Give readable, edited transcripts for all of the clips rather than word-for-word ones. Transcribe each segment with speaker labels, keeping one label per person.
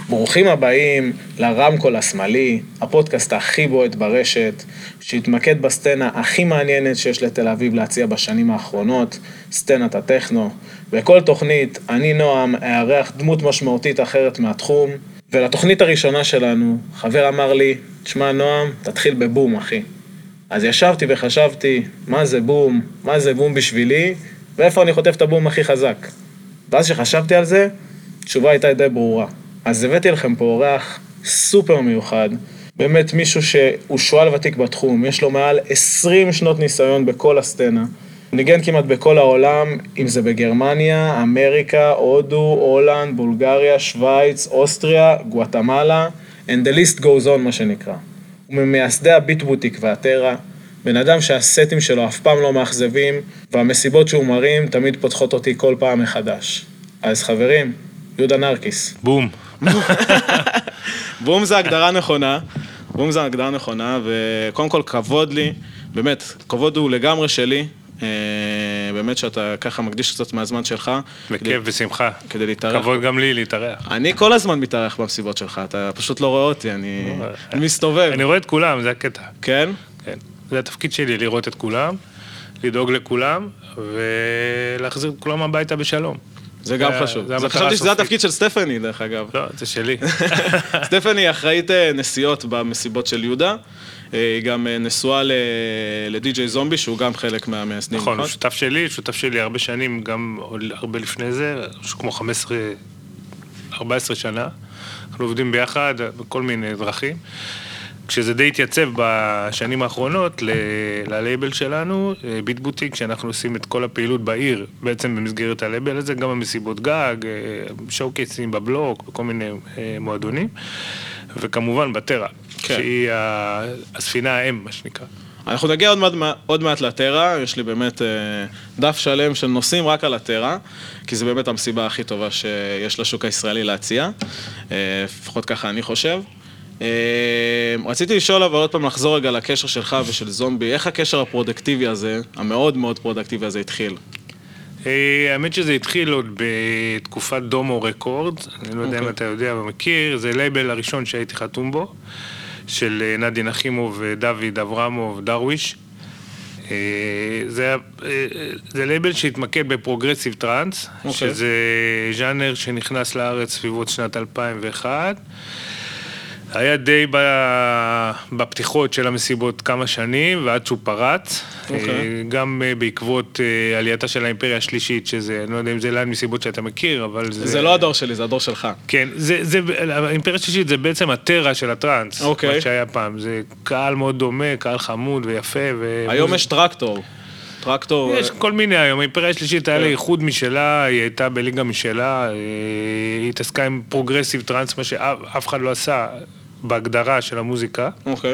Speaker 1: ברוכים הבאים לרמקול השמאלי, הפודקאסט הכי בועט ברשת, שהתמקד בסצנה הכי מעניינת שיש לתל אביב להציע בשנים האחרונות, סצנת הטכנו. בכל תוכנית, אני נועם, אארח דמות משמעותית אחרת מהתחום, ולתוכנית הראשונה שלנו, חבר אמר לי, תשמע נועם, תתחיל בבום אחי. אז ישבתי וחשבתי, מה זה בום? מה זה בום בשבילי? ואיפה אני חוטף את הבום הכי חזק? ואז שחשבתי על זה, תשובה הייתה די ברורה. אז הבאתי לכם פה אורח סופר מיוחד, באמת מישהו שהוא שואל ותיק בתחום, יש לו מעל 20 שנות ניסיון בכל הסצנה, ניגן כמעט בכל העולם, אם זה בגרמניה, אמריקה, הודו, הולנד, בולגריה, שוויץ, אוסטריה, גואטמלה, and the list goes on מה שנקרא. הוא ממייסדי הביט בוטיק והטרה, בן אדם שהסטים שלו אף פעם לא מאכזבים, והמסיבות שהוא מרים תמיד פותחות אותי כל פעם מחדש. אז חברים, יהודה נרקיס.
Speaker 2: בום.
Speaker 1: בום זה הגדרה נכונה, בום זה הגדרה נכונה, וקודם כל כבוד לי, באמת, כבוד הוא לגמרי שלי, באמת שאתה ככה מקדיש קצת מהזמן שלך.
Speaker 2: בכיף ושמחה.
Speaker 1: כדי להתארח.
Speaker 2: כבוד גם לי להתארח.
Speaker 1: אני כל הזמן מתארח במסיבות שלך, אתה פשוט לא רואה אותי, אני מסתובב.
Speaker 2: אני רואה את כולם, זה הקטע.
Speaker 1: כן?
Speaker 2: כן. זה התפקיד שלי, לראות את כולם, לדאוג לכולם, ולהחזיר את כולם הביתה בשלום.
Speaker 1: זה גם חשוב. חשבתי שזה התפקיד של סטפני, דרך אגב.
Speaker 2: לא, זה שלי.
Speaker 1: סטפני היא אחראית נסיעות במסיבות של יהודה, היא גם נשואה לדי-ג'יי זומבי, שהוא גם חלק מהמייסדים.
Speaker 2: נכון, הוא שותף שלי הרבה שנים, גם הרבה לפני זה, משהו כמו 14 שנה. אנחנו עובדים ביחד בכל מיני דרכים. כשזה די התייצב בשנים האחרונות ללייבל שלנו, ביט בוטיק, שאנחנו עושים את כל הפעילות בעיר, בעצם במסגרת הלייבל הזה, גם במסיבות גג, שואו-קייסים בבלוק, בכל מיני מועדונים, וכמובן בטרה, שהיא הספינה האם, מה שנקרא.
Speaker 1: אנחנו נגיע עוד מעט לטרה, יש לי באמת דף שלם של נושאים רק על הטרה, כי זה באמת המסיבה הכי טובה שיש לשוק הישראלי להציע, לפחות ככה אני חושב. רציתי לשאול אבל עוד פעם לחזור רגע לקשר שלך ושל זומבי, איך הקשר הפרודקטיבי הזה, המאוד מאוד פרודקטיבי הזה התחיל?
Speaker 2: האמת שזה התחיל עוד בתקופת דומו רקורדס, אני לא יודע אם אתה יודע ומכיר, זה לייבל הראשון שהייתי חתום בו, של נדי נחימוב ודוד אברמוב דרוויש. זה לייבל שהתמקד בפרוגרסיב טרנס, שזה ז'אנר שנכנס לארץ סביבות שנת 2001, היה די בפתיחות של המסיבות כמה שנים, ועד שהוא פרץ, גם בעקבות עלייתה של האימפריה השלישית, שזה, אני לא יודע אם זה ליין מסיבות שאתה מכיר, אבל זה...
Speaker 1: זה לא הדור שלי, זה הדור שלך.
Speaker 2: כן, האימפריה השלישית זה בעצם הטרה של הטרנס, מה שהיה פעם, זה קהל מאוד דומה, קהל חמוד ויפה.
Speaker 1: היום יש טרקטור.
Speaker 2: יש כל מיני היום, האימפריה השלישית היה לה ייחוד משלה, היא הייתה בליגה משלה, היא התעסקה עם פרוגרסיב טרנס, מה שאף אחד לא עשה בהגדרה של המוזיקה.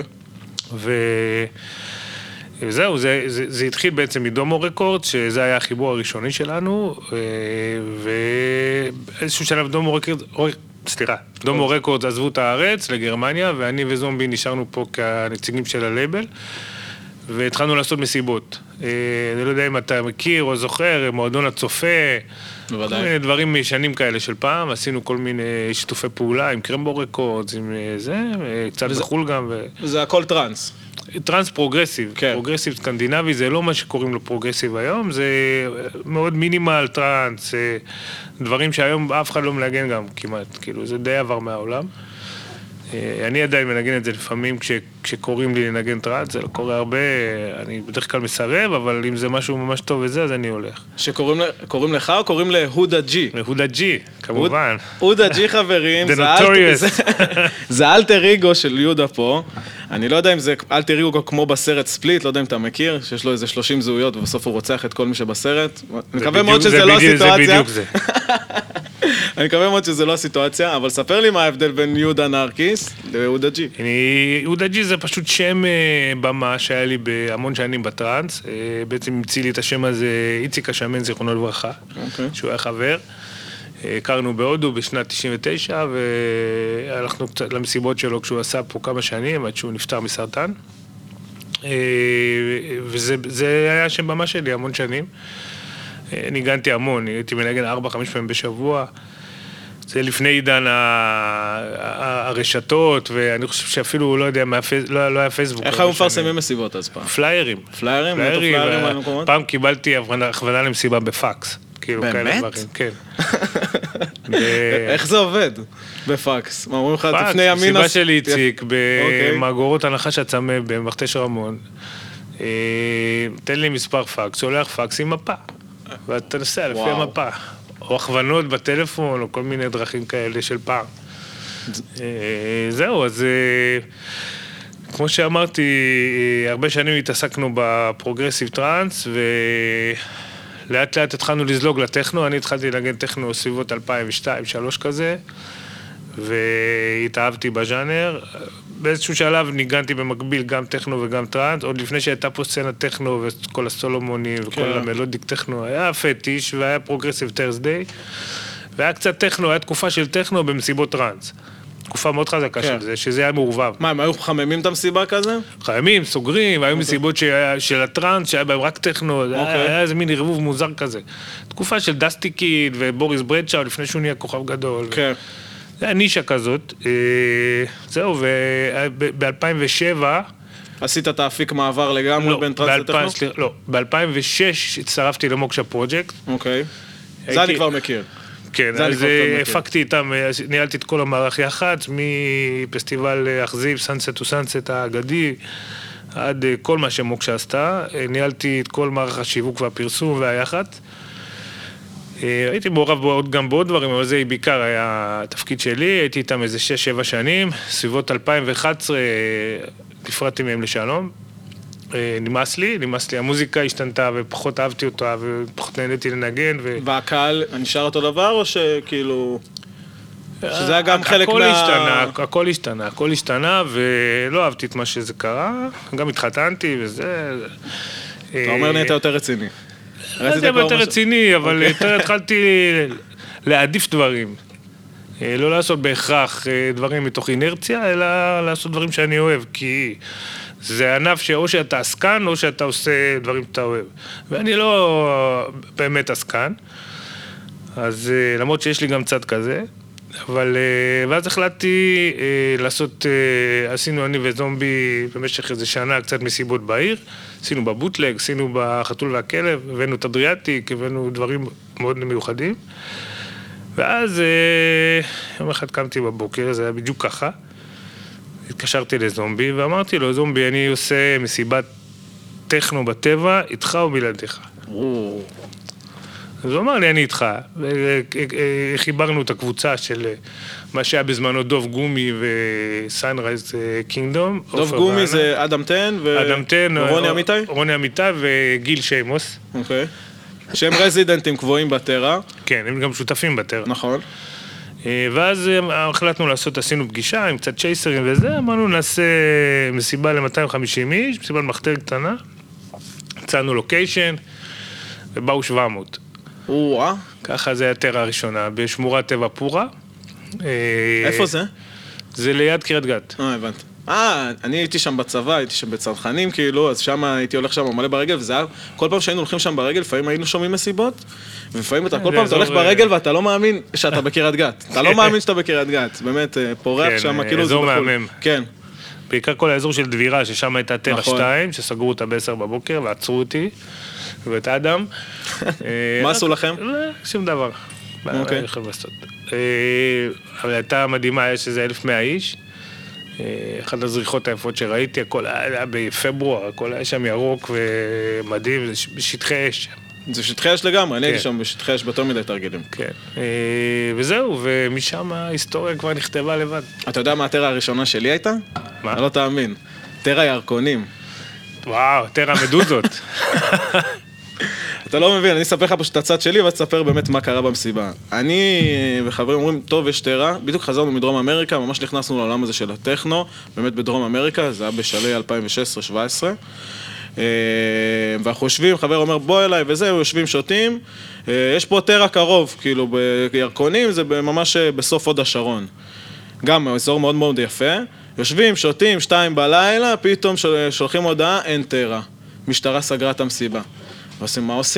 Speaker 2: וזהו, זה התחיל בעצם מדומו רקורד, שזה היה החיבור הראשוני שלנו, ואיזשהו שלב דומו רקורד עזבו את הארץ לגרמניה, ואני וזומבי נשארנו פה כנציגים של הלייבל, והתחלנו לעשות מסיבות. אני לא יודע אם אתה מכיר או זוכר, מועדון הצופה, כל מיני דברים משנים כאלה של פעם, עשינו כל מיני שיתופי פעולה עם קרמבו רקורדס, עם זה, קצת בחול גם.
Speaker 1: זה הכל טרנס.
Speaker 2: טרנס פרוגרסיב, פרוגרסיב סקנדינבי, זה לא מה שקוראים לו פרוגרסיב היום, זה מאוד מינימל טרנס, דברים שהיום אף אחד לא מנגן גם כמעט, כאילו זה די עבר מהעולם. אני עדיין מנגן את זה לפעמים כשקוראים לי לנגן טרנס, זה לא קורה הרבה, אני בדרך כלל מסרב, אבל אם זה משהו ממש טוב וזה, אז אני הולך.
Speaker 1: שקוראים לך או קוראים להודה ג'י?
Speaker 2: להודה ג'י, כמובן.
Speaker 1: הודה ג'י חברים, זה אלטר אגו של יהודה פה. אני לא יודע אם זה אלטר אגו כמו בסרט ספליט, לא יודע אם אתה מכיר, שיש לו איזה 30 זהויות ובסוף הוא רוצח את כל מי שבסרט. מקווה מאוד שזה לא הסיטואציה.
Speaker 2: זה בדיוק זה.
Speaker 1: אני מקווה מאוד שזה לא הסיטואציה, אבל ספר לי מה ההבדל בין יהודה נרקיס ליהודה ג'י.
Speaker 2: יהודה ג'י זה פשוט שם במה שהיה לי בהמון שנים בטרנס, בעצם המציא לי את השם הזה איציק השמן, זיכרונו לברכה, שהוא היה חבר. הכרנו בהודו בשנת 99, והלכנו קצת למסיבות שלו כשהוא עשה פה כמה שנים, עד שהוא נפטר מסרטן. וזה היה שם במה שלי המון שנים. ניגנתי המון, הייתי מנגן 4-5 פעמים בשבוע. זה לפני עידן הרשתות, ואני חושב שאפילו, לא יודע, לא היה פייסבוק.
Speaker 3: איך היו מפרסמים מסיבות אז פעם?
Speaker 2: פליירים.
Speaker 3: פליירים? נטו פליירים על מקומות?
Speaker 2: פעם קיבלתי הכוונה למסיבה בפקס.
Speaker 3: באמת?
Speaker 2: כן.
Speaker 3: איך זה עובד? בפקס. מה אומרים לך, תפני ימינה?
Speaker 2: מסיבה של איציק, במאגורות הנחש הצמא, במכתש רמון. תן לי מספר פקס, שולח פקס עם מפה. ואתה נוסע לפי המפה. או הכוונות בטלפון, או כל מיני דרכים כאלה של פעם. זהו, אז כמו שאמרתי, הרבה שנים התעסקנו בפרוגרסיב טרנס, ולאט לאט התחלנו לזלוג לטכנו, אני התחלתי לנגן טכנו סביבות 2002-2003 כזה, והתאהבתי בז'אנר. באיזשהו שלב ניגנתי במקביל גם טכנו וגם טרנס, עוד לפני שהייתה פה סצנת טכנו וכל הסולומונים וכל המלודיק טכנו, היה פטיש והיה פרוגרסיב טרסדיי, והיה קצת טכנו, היה תקופה של טכנו במסיבות טרנס. תקופה מאוד חזקה של זה, שזה היה מעורבב.
Speaker 3: מה, הם היו חממים את המסיבה כזה?
Speaker 2: חממים, סוגרים, היו מסיבות של הטרנס, שהיה בהם רק טכנו, היה איזה מין ערבוב מוזר כזה. תקופה של דסטי קיד ובוריס ברדשאו, לפני שהוא נהיה כוכב גדול.
Speaker 3: כן.
Speaker 2: זה היה נישה כזאת, זהו, וב-2007...
Speaker 3: עשית את האפיק מעבר לגמרי בין טרנס לטכנו?
Speaker 2: לא, ב-2006 הצטרפתי למוקשה פרויקט.
Speaker 3: אוקיי, זה אני כבר מכיר.
Speaker 2: כן, אז הפקתי איתם, ניהלתי את כל המערך יחד, מפסטיבל אכזיב, סאנסט טו סאנסט האגדי, עד כל מה שמוקשה עשתה, ניהלתי את כל מערך השיווק והפרסום והיחד. הייתי מעורב גם בעוד דברים, אבל זה בעיקר היה התפקיד שלי, הייתי איתם איזה 6-7 שנים, סביבות 2011 נפרדתי מהם לשלום, נמאס לי, המוזיקה השתנתה ופחות אהבתי אותה ופחות נהניתי לנגן.
Speaker 3: והקהל נשאר אותו דבר או שכאילו... שזה היה גם חלק מה...
Speaker 2: הכל השתנה ולא אהבתי את מה שזה קרה, גם התחתנתי וזה...
Speaker 3: אתה אומר נהיית יותר רציני.
Speaker 2: לא יודע יותר רציני, אבל יותר התחלתי להעדיף דברים. לא לעשות בהכרח דברים מתוך אינרציה, אלא לעשות דברים שאני אוהב, כי זה ענף שאו שאתה עסקן, או שאתה עושה דברים שאתה אוהב. ואני לא באמת עסקן, אז למרות שיש לי גם צד כזה, אבל... ואז החלטתי לעשות, עשינו אני וזומבי במשך איזה שנה קצת מסיבות בעיר, עשינו בבוטלג, עשינו בחתול והכלב, הבאנו את הדריאטיק, הבאנו דברים מאוד מיוחדים. ואז יום אחד קמתי בבוקר, זה היה בדיוק ככה, התקשרתי לזומבי ואמרתי לו, זומבי, אני עושה מסיבת טכנו בטבע, איתך או בלעדיך. אז הוא אמר לי, אני איתך, וחיברנו את הקבוצה של מה שהיה בזמנו דוב גומי וסאנרייז קינגדום.
Speaker 3: דוב גומי זה אדם טן ורוני אמיתי?
Speaker 2: רוני אמיתי וגיל שיימוס.
Speaker 3: אוקיי. שהם רזידנטים קבועים בטרה.
Speaker 2: כן, הם גם שותפים בטרה.
Speaker 3: נכון.
Speaker 2: ואז החלטנו לעשות, עשינו פגישה עם קצת צ'ייסרים וזה, אמרנו נעשה מסיבה ל-250 איש, מסיבה למחתר קטנה, הצענו לוקיישן, ובאו 700. ככה זה הטרה הראשונה, בשמורת טבע פורה.
Speaker 3: איפה זה?
Speaker 2: זה ליד קריית גת.
Speaker 3: הבנתי. אני הייתי שם בצבא, הייתי שם בצנחנים כאילו, אז שם הייתי הולך שם מלא ברגל, וזה היה, כל פעם שהיינו הולכים שם ברגל, לפעמים היינו שומעים מסיבות, ולפעמים כל פעם אתה הולך ברגל ואתה לא מאמין שאתה בקריית גת. אתה לא מאמין שאתה בקריית גת, באמת פורח שם, כאילו זה
Speaker 2: בחול. אזור מהמם.
Speaker 3: כן.
Speaker 2: בעיקר כל האזור של דבירה, ששם הייתה טרה 2, שסגרו אותה ב-10 בבוקר, ועצרו אותי, ואת אדם.
Speaker 3: מה עשו לכם?
Speaker 2: שום דבר. אבל הייתה מדהימה, יש איזה 1,100 איש, אחת הזריחות היפות שראיתי, הכל היה בפברואר, הכל היה שם ירוק ומדהים, זה בשטחי אש.
Speaker 3: זה שטחי אש לגמרי, אני הייתי שם בשטחי אש בתור מדי תרגילים.
Speaker 2: כן, וזהו, ומשם ההיסטוריה כבר נכתבה לבד.
Speaker 3: אתה יודע מה הטרה הראשונה שלי הייתה?
Speaker 2: מה?
Speaker 3: אני לא תאמין. טרה ירקונים.
Speaker 2: וואו, טרה מדוזות.
Speaker 3: אתה לא מבין, אני אספר לך פשוט את הצד שלי, ואז תספר באמת מה קרה במסיבה. אני וחברים אומרים, טוב, יש טרה, בדיוק חזרנו מדרום אמריקה, ממש נכנסנו לעולם הזה של הטכנו, באמת בדרום אמריקה, זה היה בשלהי 2016-2017. ואנחנו יושבים, חבר אומר, בוא אליי וזהו, יושבים, שותים, יש פה טרה קרוב, כאילו בירקונים, זה ממש בסוף הוד השרון. גם אזור מאוד מאוד יפה, יושבים, שותים, 2 בלילה, פתאום שולחים הודעה, אין טרה. משטרה סגרה את המסיבה. ועושים, מה עושים?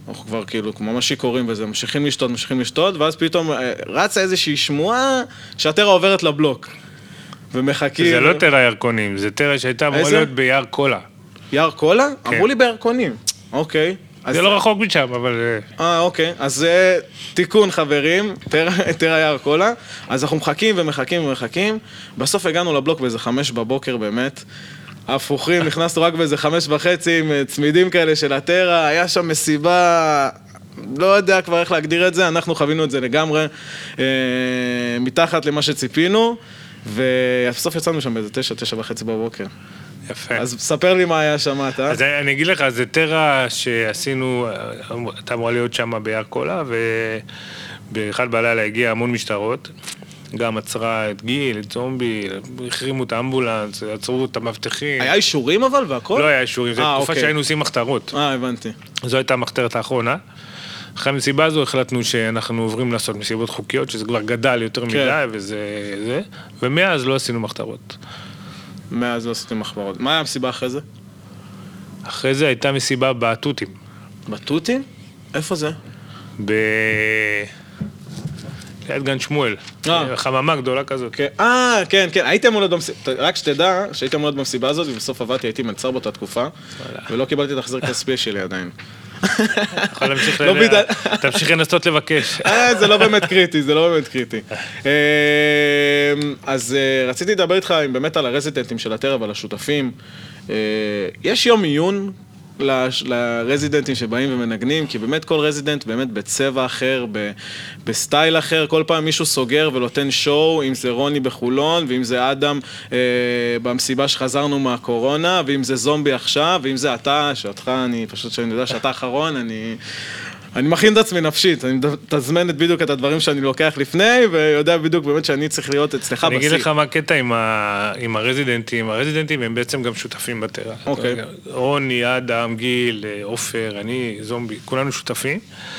Speaker 3: אנחנו כבר כאילו ממש שיכורים וזה, ממשיכים לשתות, ואז פתאום רצה איזושהי שמועה שהטרה עוברת לבלוק. ומחכים...
Speaker 2: זה לא טרה ירקונים, זה טרה שהייתה אמורה להיות ביער קולה.
Speaker 3: יער קולה? אמרו לי בירקונים. אוקיי.
Speaker 2: זה לא רחוק משם, אבל...
Speaker 3: אוקיי. אז זה תיקון, חברים, טרה יער קולה. אז אנחנו מחכים ומחכים. בסוף הגענו לבלוק באיזה 5 בבוקר באמת. הפוכים, נכנסנו רק באיזה 5:30 עם צמידים כאלה של הטרה. היה שם מסיבה... לא יודע כבר איך להגדיר את זה, אנחנו חווינו את זה לגמרי מתחת למה שציפינו. ובסוף יצאנו שם באיזה 9:30 בבוקר.
Speaker 2: יפה.
Speaker 3: אז ספר לי מה היה שם, אתה.
Speaker 2: אז אני אגיד לך, זה טרה שעשינו, אתה אמורה להיות שם ביער קולה, ובאחד בלילה הגיע המון משטרות, גם עצרה את גיל, את זומבי, החרימו את האמבולנס, עצרו את המבטחים.
Speaker 3: היה אישורים אבל והכל?
Speaker 2: לא היה אישורים, זו תקופה שהיינו עושים מחתרות.
Speaker 3: הבנתי.
Speaker 2: זו הייתה המחתרת האחרונה. אחרי המסיבה הזו החלטנו שאנחנו עוברים לעשות מסיבות חוקיות, שזה כבר גדל יותר מדי, וזה זה, ומאז לא עשינו מחתרות.
Speaker 3: מאז לא עשיתם מחתרות. מה היה המסיבה אחרי זה?
Speaker 2: אחרי זה הייתה מסיבה בתותים.
Speaker 3: בתותים? איפה זה?
Speaker 2: ליד גן שמואל. חממה גדולה כזאת.
Speaker 3: כן. הייתי אמור להיות במסיבה, רק שתדע שהייתי אמור להיות במסיבה הזאת, ובסוף עבדתי, הייתי מלצר באותה תקופה, ולא קיבלתי את החזר כספי שלי עדיין.
Speaker 2: יכול להמשיך תמשיך לנסות לבקש.
Speaker 3: זה לא באמת קריטי. אז רציתי לדבר איתך באמת על הרזידנטים של הטרה ועל השותפים. יש יום עיון לרזידנטים שבאים ומנגנים, כי באמת כל רזידנט באמת בצבע אחר, בסטייל אחר, כל פעם מישהו סוגר ונותן שואו, אם זה רוני בחולון, ואם זה אדם במסיבה שחזרנו מהקורונה, ואם זה זומבי עכשיו, ואם זה אתה, שאותך אני פשוט שאני יודע שאתה אחרון, אני מכין את עצמי נפשית, אני תזמנת בדיוק את הדברים שאני לוקח לפני, ויודע בדיוק באמת שאני צריך להיות אצלך בשיא.
Speaker 2: אני אגיד לך מה הקטע עם הרזידנטים, הרזידנטים הם בעצם גם שותפים בטרה.
Speaker 3: אוקיי.
Speaker 2: רוני, אדם, גיל, עופר, אני, זומבי, כולנו שותפים.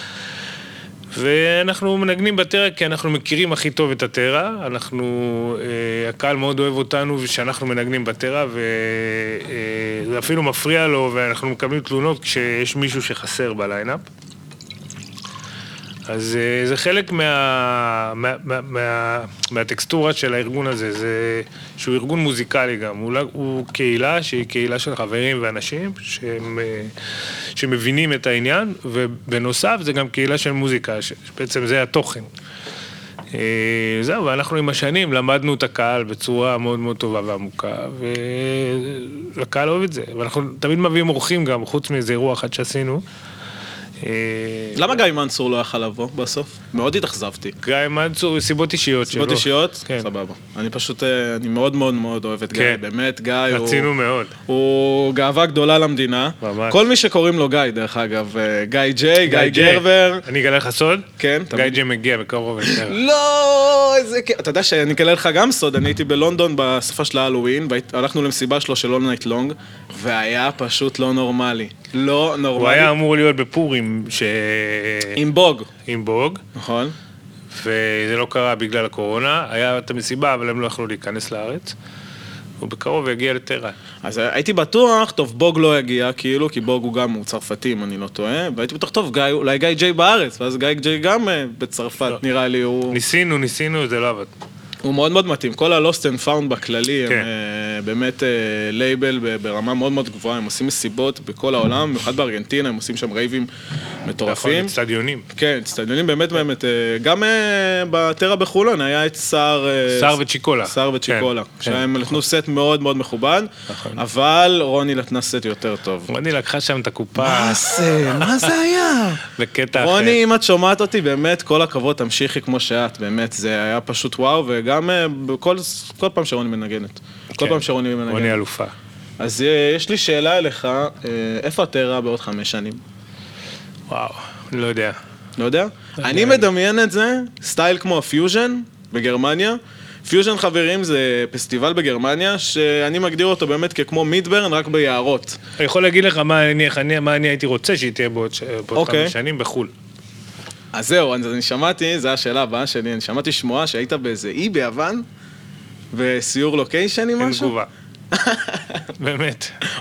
Speaker 2: ואנחנו מנגנים בטרה כי אנחנו מכירים הכי טוב את הטרה, הקהל מאוד אוהב אותנו ושאנחנו מנגנים בטרה, וזה אפילו מפריע לו, ואנחנו מקבלים תלונות כשיש מישהו שחסר בליינאפ. אז זה חלק מהטקסטורה של הארגון הזה, שהוא ארגון מוזיקלי גם, הוא קהילה שהיא קהילה של חברים ואנשים שמבינים את העניין, ובנוסף זה גם קהילה של מוזיקה, שבעצם זה התוכן. זהו, ואנחנו עם השנים למדנו את הקהל בצורה מאוד מאוד טובה ועמוקה, והקהל אוהב את זה, ואנחנו תמיד מביאים אורחים גם, חוץ מאיזה אירוע אחד שעשינו.
Speaker 3: למה גיא מנצור לא יכל לבוא בסוף? מאוד התאכזבתי.
Speaker 2: גיא מנצור, סיבות אישיות שלו.
Speaker 3: סיבות אישיות? כן. סבבה. אני פשוט, אני מאוד מאוד מאוד אוהב את גיא. באמת, גיא הוא...
Speaker 2: רצינו מאוד.
Speaker 3: הוא גאווה גדולה למדינה.
Speaker 2: ממש.
Speaker 3: כל מי שקוראים לו גיא, דרך אגב. גיא ג'יי, גיא גרבר.
Speaker 2: אני אגלה לך סוד?
Speaker 3: כן.
Speaker 2: גיא ג'יי מגיע בקרוב.
Speaker 3: לא, איזה... אתה יודע שאני אגלה לך גם סוד, אני הייתי בלונדון בסופה של ההלווין, והלכנו למסיבה שלו של All Night Long, והיה פשוט לא נורמלי. לא נורמלי.
Speaker 2: הוא היה אמור להיות בפורים
Speaker 3: עם בוג.
Speaker 2: עם בוג.
Speaker 3: נכון.
Speaker 2: וזה לא קרה בגלל הקורונה. היה את המסיבה, אבל הם לא יכלו להיכנס לארץ. הוא בקרוב יגיע לטרה.
Speaker 3: אז הייתי בטוח, טוב, בוג לא יגיע, כאילו, כי בוג הוא גם הוא צרפתי, אם אני לא טועה, והייתי בטוח, טוב, אולי גיא ג'יי בארץ, ואז גיא ג'יי גם בצרפת, נראה לי, הוא...
Speaker 2: ניסינו, זה לא עבד.
Speaker 3: הוא מאוד מאוד מתאים, כל ה-Lost and Found בכללי, הם באמת לייבל ברמה מאוד מאוד גבוהה, הם עושים מסיבות בכל העולם, במיוחד בארגנטינה, הם עושים שם רייבים מטורפים.
Speaker 2: נכון, אצטדיונים.
Speaker 3: כן, אצטדיונים באמת, גם בטרה בחולון היה את סער
Speaker 2: וצ'יקולה.
Speaker 3: סער וצ'יקולה, שהם נתנו סט מאוד מאוד מכובד, אבל רוני נתנה סט יותר טוב.
Speaker 2: רוני לקחה שם את הקופה.
Speaker 3: מה זה היה?
Speaker 2: בקטע אחר.
Speaker 3: רוני, אם את שומעת אותי, באמת, כל הכבוד, תמשיכי כמו שאת, באמת, זה היה פשוט וואו, וגם כל פעם שרוני מנגנת. כל פעם שרוני מנגנת.
Speaker 2: רוני אלופה.
Speaker 3: אז יש לי שאלה אליך, איפה הטרה בעוד 5 שנים?
Speaker 2: וואו, לא יודע.
Speaker 3: לא יודע? אני מדמיין את זה, סטייל כמו הפיוז'ן בגרמניה. פיוז'ן, חברים, זה פסטיבל בגרמניה, שאני מגדיר אותו באמת ככמו מידברן, רק ביערות.
Speaker 2: אני יכול להגיד לך מה אני הייתי רוצה שהיא תהיה בעוד 5 שנים בחול.
Speaker 3: אז זהו, אני שמעתי, זו השאלה הבאה שלי, אני שמעתי שמועה שהיית באיזה אי ביוון, וסיור לוקיישן עם משהו?
Speaker 2: אין תגובה. באמת.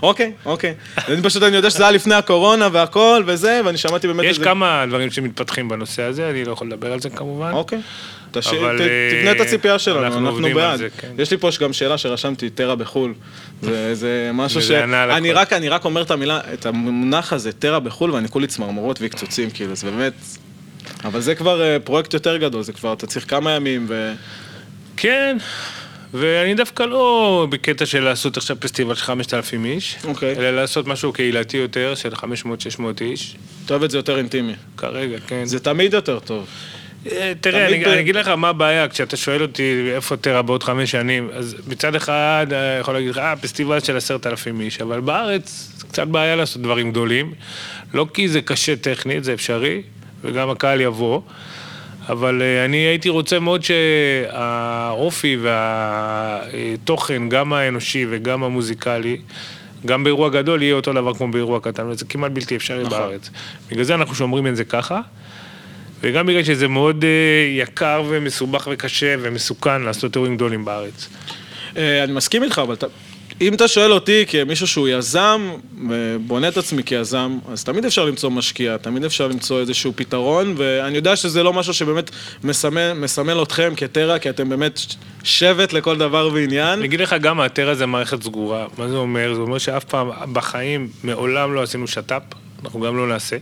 Speaker 3: אוקיי. אני יודע שזה היה לפני הקורונה והכל וזה, ואני שמעתי באמת
Speaker 2: יש כמה דברים שמתפתחים בנושא הזה, אני לא יכול לדבר על זה כמובן.
Speaker 3: אוקיי. תבנה את הציפייה שלנו, אנחנו בעד. יש לי פה גם שאלה שרשמתי, טרה בחול. זה משהו אני רק אומר את המילה, את המונח הזה, טרה בחול, ואני כולי צמרמורות והקצוצים, כאילו, זה באמת... אבל זה כבר פרויקט יותר גדול, זה כבר, אתה צריך כמה ימים
Speaker 2: כן, ואני דווקא לא בקטע של לעשות עכשיו פסטיבל של 5,000 איש, אלא לעשות משהו קהילתי יותר, של 500-600 איש.
Speaker 3: אתה אוהב את זה יותר אינטימי.
Speaker 2: כרגע, כן.
Speaker 3: זה תמיד יותר טוב.
Speaker 2: תראה, אני אגיד לך מה הבעיה, כשאתה שואל אותי איפה טרה בעוד 5 שנים, אז מצד אחד יכול להגיד לך, פסטיבל של 10,000 איש, אבל בארץ זה קצת בעיה לעשות דברים גדולים, לא כי זה קשה טכנית, זה אפשרי, וגם הקהל יבוא, אבל אני הייתי רוצה מאוד שהאופי והתוכן, גם האנושי וגם המוזיקלי, גם באירוע גדול יהיה אותו דבר כמו באירוע קטן, וזה כמעט בלתי אפשרי בארץ. בגלל זה אנחנו שומרים את זה ככה, וגם בגלל שזה מאוד יקר ומסובך וקשה ומסוכן לעשות אירועים גדולים בארץ.
Speaker 3: אני מסכים איתך, אבל אם אתה שואל אותי כמישהו שהוא יזם, ובונה את עצמי כיזם, אז תמיד אפשר למצוא משקיע, תמיד אפשר למצוא איזשהו פתרון, ואני יודע שזה לא משהו שבאמת מסמל אתכם כטרה, כי אתם באמת שבט לכל דבר ועניין.
Speaker 2: אני אגיד לך, גם הטרה זה מערכת סגורה. מה זה אומר? זה אומר שאף פעם בחיים מעולם לא עשינו שטאפ, אנחנו גם לא נעשה.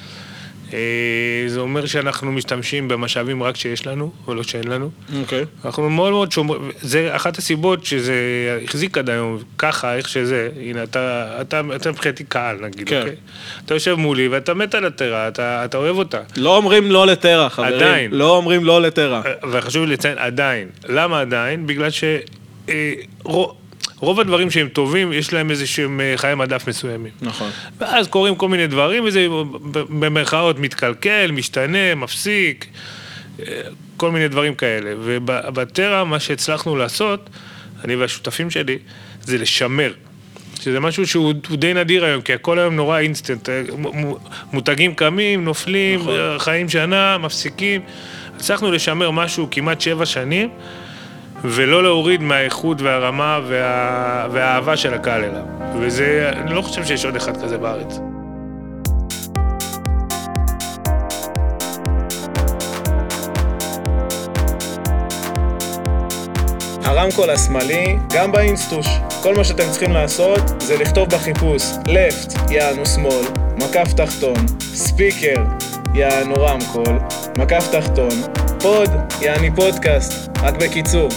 Speaker 2: זה אומר שאנחנו משתמשים במשאבים רק שיש לנו, או לא שאין לנו.
Speaker 3: אוקיי.
Speaker 2: אנחנו מאוד מאוד שומרים, זה אחת הסיבות שזה החזיק עד היום, ככה, איך שזה, הנה, אתה מבחינתי קהל, נגיד, אוקיי? אתה יושב מולי ואתה מת על הטרה, אתה אוהב אותה.
Speaker 3: לא אומרים לא לטרה, חברים.
Speaker 2: עדיין.
Speaker 3: לא אומרים לא לטרה.
Speaker 2: וחשוב לי לציין, עדיין. למה עדיין? בגלל רוב הדברים שהם טובים, יש להם איזשהם חיי מדף מסוימים.
Speaker 3: נכון.
Speaker 2: ואז קוראים כל מיני דברים, וזה במרכאות מתקלקל, משתנה, מפסיק, כל מיני דברים כאלה. ובטרה, מה שהצלחנו לעשות, אני והשותפים שלי, זה לשמר. שזה משהו שהוא די נדיר היום, כי הכל היום נורא אינסטנט. מותגים קמים, נופלים, חיים שנה, מפסיקים. הצלחנו לשמר משהו כמעט 7 שנים, ולא להוריד מהאיכות והרמה והאהבה של הקהל אליו. וזה, אני לא חושב שיש עוד אחד כזה בארץ.
Speaker 1: הרמקול השמאלי, גם באינסטוש. כל מה שאתם צריכים לעשות זה לכתוב בחיפוש left יענו שמאל, מקף תחתון, ספיקר יענו רמקול, מקף תחתון, פוד יעני פודקאסט, רק בקיצור.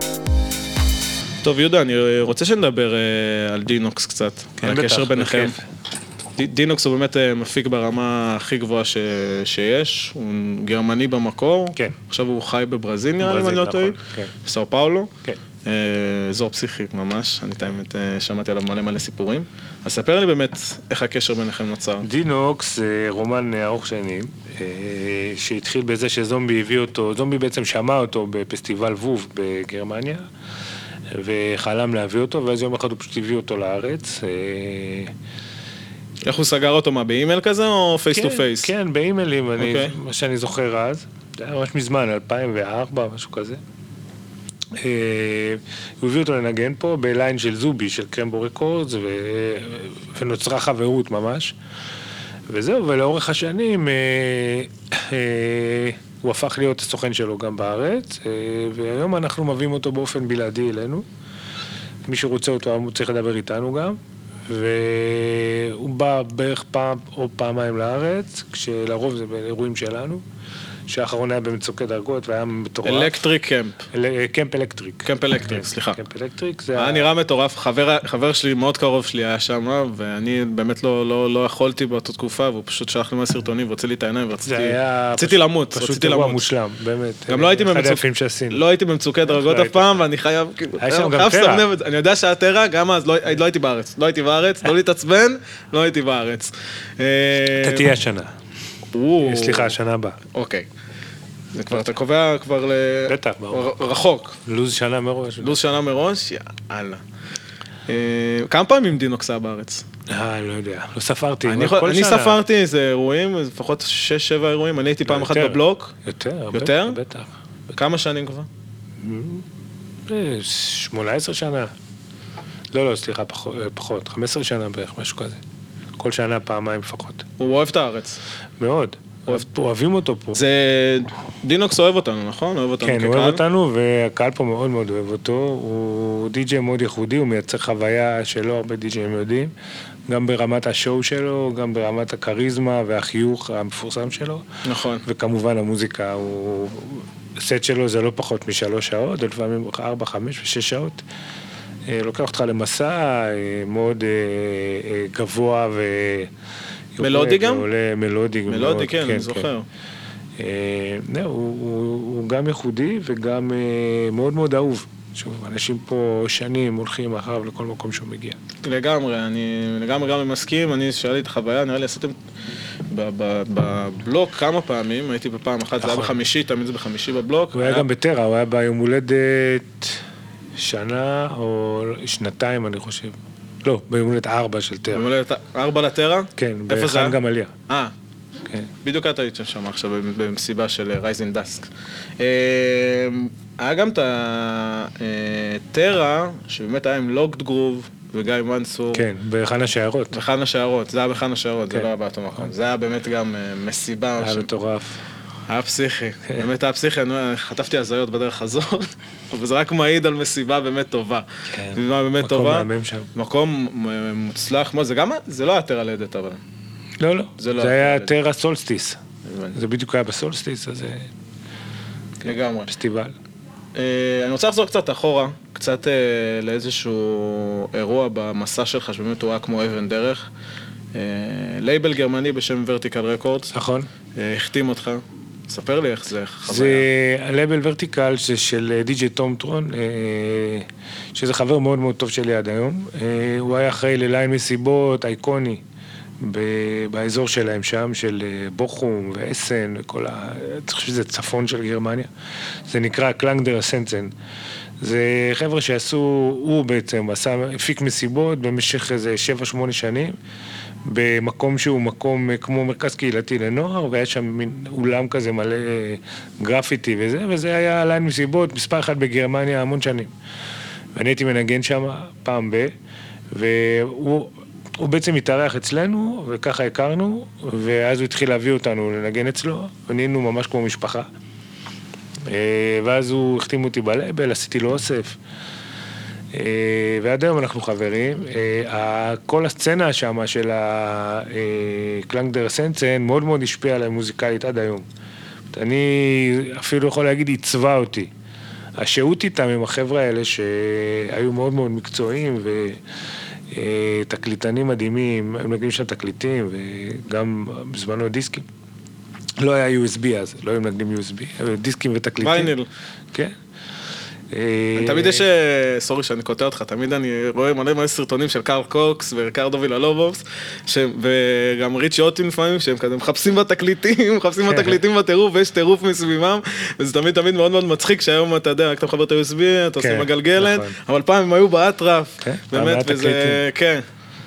Speaker 3: טוב יהודה, אני רוצה שנדבר על דינוקס קצת, על הקשר ביניכם. דינוקס הוא באמת מפיק ברמה הכי גבוהה שיש, הוא גרמני במקור, עכשיו הוא חי בברזיליה, אם אני לא טועה, בסאו פאולו, אזור פסיכי ממש, אני תאמת שמעתי עליו מלא סיפורים. אז ספר לי באמת איך הקשר ביניכם נוצר.
Speaker 2: דינוקס זה רומן ארוך שנים, שהתחיל בזה שזומבי הביא אותו, זומבי בעצם שמע אותו בפסטיבל ווב בגרמניה, וחלם להביא אותו, ואז יום אחד הוא פשוט הביא אותו לארץ.
Speaker 3: איך הוא סגר אותו, מה, באימייל כזה או פייס טו פייס?
Speaker 2: כן, באימיילים, מה שאני זוכר אז, זה היה ממש מזמן, 2004, משהו כזה. הוא הביא אותו לנגן פה בליין של זובי, של קרמבו רקורדס, ונוצרה חברות ממש. וזהו, ולאורך השנים הוא הפך להיות הסוכן שלו גם בארץ, והיום אנחנו מביאים אותו באופן בלעדי אלינו. מי שרוצה אותו, הוא צריך לדבר איתנו גם. והוא בא בערך פעם או פעמיים לארץ, כשלרוב זה באירועים שלנו, שהאחרון היה במצוקי דרגות והיה מטורף.
Speaker 3: אלקטריק קמפ.
Speaker 2: קמפ אלקטריק.
Speaker 3: קמפ אלקטריק, סליחה.
Speaker 2: קמפ אלקטריק.
Speaker 3: היה נראה מטורף, חבר שלי, מאוד קרוב שלי היה שם, ואני באמת לא יכולתי באותה תקופה, והוא פשוט שלח לי מהסרטונים ורצה לי את העיניים, ורציתי למות.
Speaker 2: פשוט אירוע מושלם, באמת.
Speaker 3: גם לא הייתי במצוקי דרגות אף פעם, ואני חייב,
Speaker 2: היה שם גם טרה.
Speaker 3: אני יודע שהיה טרה, גם אז לא הייתי בארץ, לא להתעצבן, לא הייתי בארץ.
Speaker 2: אתה תהיה השנה. סליחה, השנה הבאה.
Speaker 3: אוקיי. זה כבר, אתה קובע כבר
Speaker 2: בטח,
Speaker 3: רחוק.
Speaker 2: לוז שנה מראש.
Speaker 3: לוז שנה מראש? יאללה. כמה פעמים דינוקס היה בארץ?
Speaker 2: לא יודע, לא ספרתי.
Speaker 3: אני ספרתי איזה אירועים, לפחות 6-7 אירועים, אני הייתי פעם אחת בבלוק.
Speaker 2: יותר? בטח.
Speaker 3: כמה שנים כבר?
Speaker 2: 18 שנה. לא, סליחה, פחות, 15 שנה בערך, משהו כזה. כל שנה פעמיים לפחות.
Speaker 3: הוא אוהב את הארץ.
Speaker 2: מאוד. אוהבים אותו פה.
Speaker 3: זה... דינוקס אוהב אותנו, נכון? אוהב אותנו
Speaker 2: כן,
Speaker 3: כקהל?
Speaker 2: הוא אוהב אותנו, והקהל פה מאוד מאוד אוהב אותו. הוא די-ג'יי מאוד ייחודי, הוא מייצר חוויה שלא הרבה די-ג'יים יודעים. גם ברמת השואו שלו, גם ברמת הכריזמה והחיוך המפורסם שלו.
Speaker 3: נכון.
Speaker 2: וכמובן המוזיקה, הסט שלו זה לא פחות מ3 שעות, לפעמים 4, 5 ו6 שעות. לוקח אותך למסע מאוד גבוה ו...
Speaker 3: מלודי גם?
Speaker 2: מלודי.
Speaker 3: מלודי, כן, אני זוכר.
Speaker 2: הוא גם ייחודי וגם מאוד מאוד אהוב. שוב, אנשים פה שנים הולכים אחריו לכל מקום שהוא מגיע.
Speaker 3: לגמרי, אני לגמרי גם מסכים, אני שאלתי את החוויה, נראה לי עשיתם בבלוק כמה פעמים, הייתי בפעם אחת, זה היה בחמישי, תמיד זה בחמישי בבלוק.
Speaker 2: הוא היה גם בטרה, הוא היה ביום הולדת שנה או שנתיים, אני חושב. לא, ביום הולדת 4 של טרה.
Speaker 3: ביום הולדת 4 לטרה?
Speaker 2: כן, בחיים גמליה.
Speaker 3: בדיוק אתה היית שם עכשיו במסיבה של רייזין דסק. היה גם את הטרה, שבאמת היה עם לוקד גרוב וגיא מנסור.
Speaker 2: כן, בחן השיירות.
Speaker 3: בחן השיירות, זה היה בחן השיירות, זה לא היה באותו מקום. זה היה באמת גם מסיבה.
Speaker 2: היה מטורף.
Speaker 3: היה פסיכי, באמת היה פסיכי, אני חטפתי הזיות בדרך הזאת, אבל זה רק מעיד על מסיבה באמת טובה. מסיבה באמת טובה.
Speaker 2: מקום מהמם שם.
Speaker 3: מקום מוצלח, זה לא היה טרה לידת אבל.
Speaker 2: לא, זה היה טרה סולסטיס. זה בדיוק היה בסולסטיס, אז זה...
Speaker 3: לגמרי.
Speaker 2: פסטיבל.
Speaker 3: אני רוצה לחזור קצת אחורה, קצת לאיזשהו אירוע במסע שלך, שבאמת הוא היה כמו אבן דרך. לייבל גרמני בשם ורטיקל רקורדס.
Speaker 2: נכון.
Speaker 3: החתים אותך. ספר לי איך זה חוויה.
Speaker 2: זה הלייבל ורטיקל של די.ג'יי טומטרון, שזה חבר מאוד מאוד טוב שלי עד היום. הוא היה אחראי לליין מסיבות, אייקוני, באזור שלהם שם, של בוכום ואסן, וכל אני חושב שזה צפון של גרמניה. זה נקרא קלנגדר אסנצן. זה חבר'ה שעשו, הוא בעצם הפיק מסיבות במשך איזה 7-8 שנים, במקום שהוא מקום כמו מרכז קהילתי לנוער, והיה שם מין אולם כזה מלא גרפיטי וזה היה ליין מסיבות, מספר 1 בגרמניה המון שנים. ואני הייתי מנגן שם פעם והוא בעצם התארח אצלנו, וככה הכרנו, ואז הוא התחיל להביא אותנו לנגן אצלו, ונהיינו ממש כמו משפחה. ואז הוא החתים אותי בלייבל, עשיתי לו אוסף. ועד היום אנחנו חברים. כל הסצנה שם של הקלנגדר אסנצן מאוד מאוד השפיעה עליי מוזיקלית עד היום. אני אפילו יכול להגיד, עיצבה אותי. השהות איתם עם החבר'ה האלה שהיו מאוד מאוד מקצועיים ותקליטנים מדהימים, הם נגנים שם תקליטים וגם בזמנו דיסקים. לא היה USB אז, לא היו מנגנים USB, דיסקים ותקליטים.
Speaker 3: וייניל.
Speaker 2: כן.
Speaker 3: תמיד יש, סורי שאני קוטע אותך, תמיד אני רואה מלא סרטונים של קארל קוקס וריקרדו ויללובוס, וגם ריצ'י אוטין לפעמים, שהם כזה מחפשים בתקליטים בטירוף, ויש טירוף מסביבם, וזה תמיד מאוד מאוד מצחיק, שהיום אתה יודע, רק אתה מחבר את ה-USB, אתה עושה מגלגלת, אבל פעם הם היו באטרף, באמת, וזה, כן.